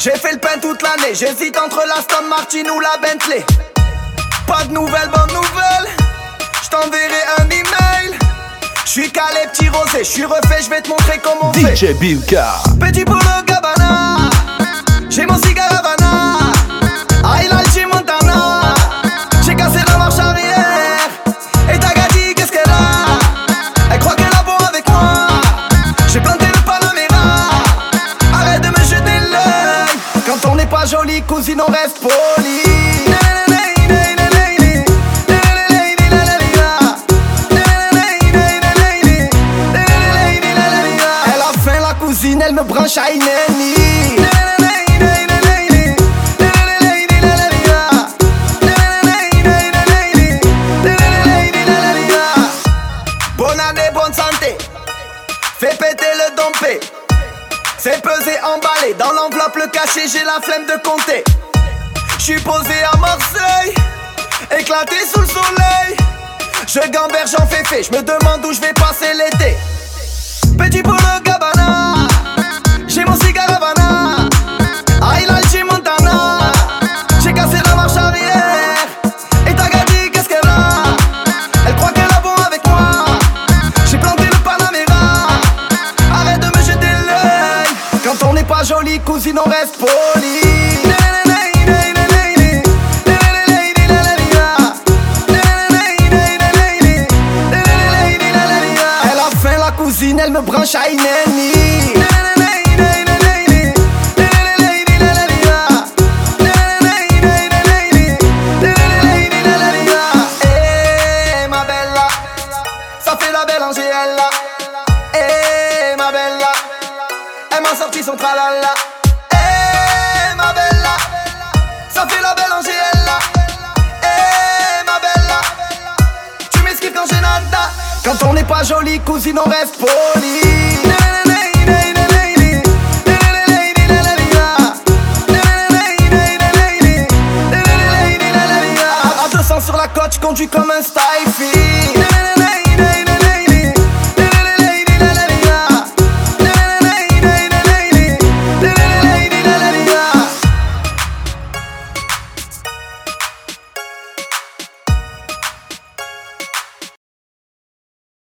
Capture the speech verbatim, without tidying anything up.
J'ai fait le pain toute l'année, j'hésite entre la Aston Martin ou la Bentley. Pas de nouvelles, bonnes nouvelles, j't'enverrai un email. J'suis calé, petit rosé, j'suis refait, j'vais te montrer comment on fait. D J Bilka. Petit boulot Gabbana, j'ai mon cigare Havana. Highlight Montana, j'ai cassé la marche arrière. Et ta gadi, qu'est-ce qu'elle a? Elle croit qu'elle a beau avec moi. J'ai planté le Panamera. Arrête de me jeter l'œil. Quand on n'est pas joli, cousine, on reste poli. Elle a faim, la cousine, elle me branche à Ineni. Bonne année, bonne santé. Fais péter le dompé. C'est pesé, emballé. Dans l'enveloppe, le cachet, j'ai la flemme de compter. J'suis posé à Marseille, éclaté sous le soleil. Je gamberge en féfé, j'me demande où j'vais passer l'été. Petit boulot Gabbana, j'ai mon cigare Havana. Highlight Montana, j'ai cassé la marche arrière. Et ta gadi, qu'est-ce qu'elle a? Elle croit qu'elle a bon avec moi. J'ai planté le Panamera. Arrête de me jeter l'œil. Quand on n'est pas joli, cousine, on reste poli. Elle a faim, la cousine, elle me branche à Ineni. Eh ma bella, ça fait la belle Angela. Eh ma bella, elle m'a sorti son tralala. Eh ma bella, ça fait la belle Angela. Eh ma bella, tu m'esquives quand j'ai nada. Quand on n'est pas joli, cousine, on reste poli.